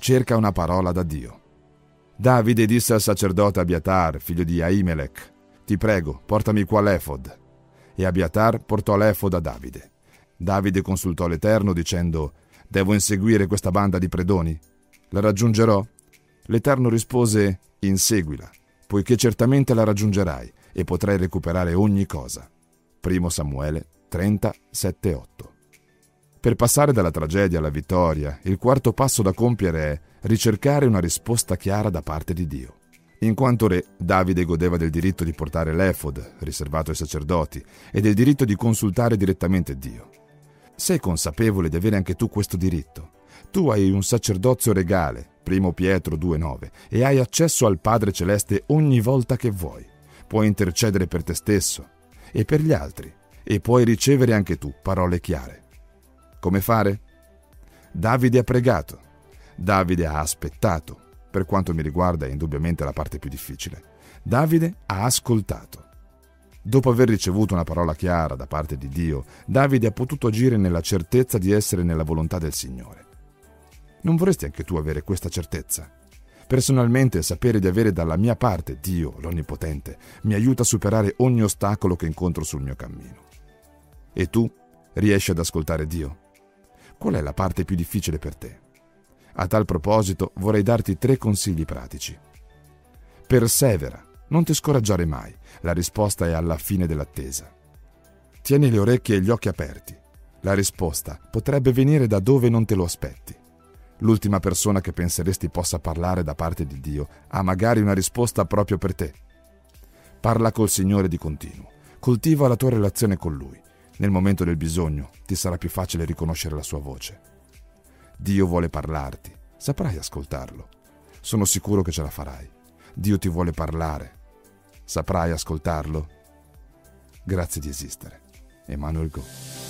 cerca una parola da Dio. Davide disse al sacerdote Abiatar, figlio di Ahimelech: «Ti prego, portami qua l'efod». E Abiatar portò l'efod a Davide. Davide consultò l'Eterno dicendo: «Devo inseguire questa banda di predoni? La raggiungerò?» L'Eterno rispose: «Inseguila, poiché certamente la raggiungerai e potrai recuperare ogni cosa». 1 Samuele 37,8. Per passare dalla tragedia alla vittoria, il quarto passo da compiere è ricercare una risposta chiara da parte di Dio. In quanto re, Davide godeva del diritto di portare l'efod, riservato ai sacerdoti, e del diritto di consultare direttamente Dio. Sei consapevole di avere anche tu questo diritto? Tu hai un sacerdozio regale, 1 Pietro 2,9, e hai accesso al Padre Celeste ogni volta che vuoi. Puoi intercedere per te stesso e per gli altri, e puoi ricevere anche tu parole chiare. Come fare? Davide ha pregato. Davide ha aspettato. Per quanto mi riguarda è indubbiamente la parte più difficile. Davide ha ascoltato. Dopo aver ricevuto una parola chiara da parte di Dio, Davide ha potuto agire nella certezza di essere nella volontà del Signore. Non vorresti anche tu avere questa certezza? Personalmente, sapere di avere dalla mia parte Dio, l'Onnipotente, mi aiuta a superare ogni ostacolo che incontro sul mio cammino. E tu? Riesci ad ascoltare Dio? Qual è la parte più difficile per te? A tal proposito vorrei darti 3 consigli pratici. Persevera, non ti scoraggiare mai, la risposta è alla fine dell'attesa. Tieni le orecchie e gli occhi aperti, la risposta potrebbe venire da dove non te lo aspetti. L'ultima persona che penseresti possa parlare da parte di Dio ha magari una risposta proprio per te. Parla col Signore di continuo, coltiva la tua relazione con Lui. Nel momento del bisogno ti sarà più facile riconoscere la sua voce. Dio vuole parlarti, saprai ascoltarlo. Sono sicuro che ce la farai. Dio ti vuole parlare, saprai ascoltarlo? Grazie di esistere. Emmanuel Go.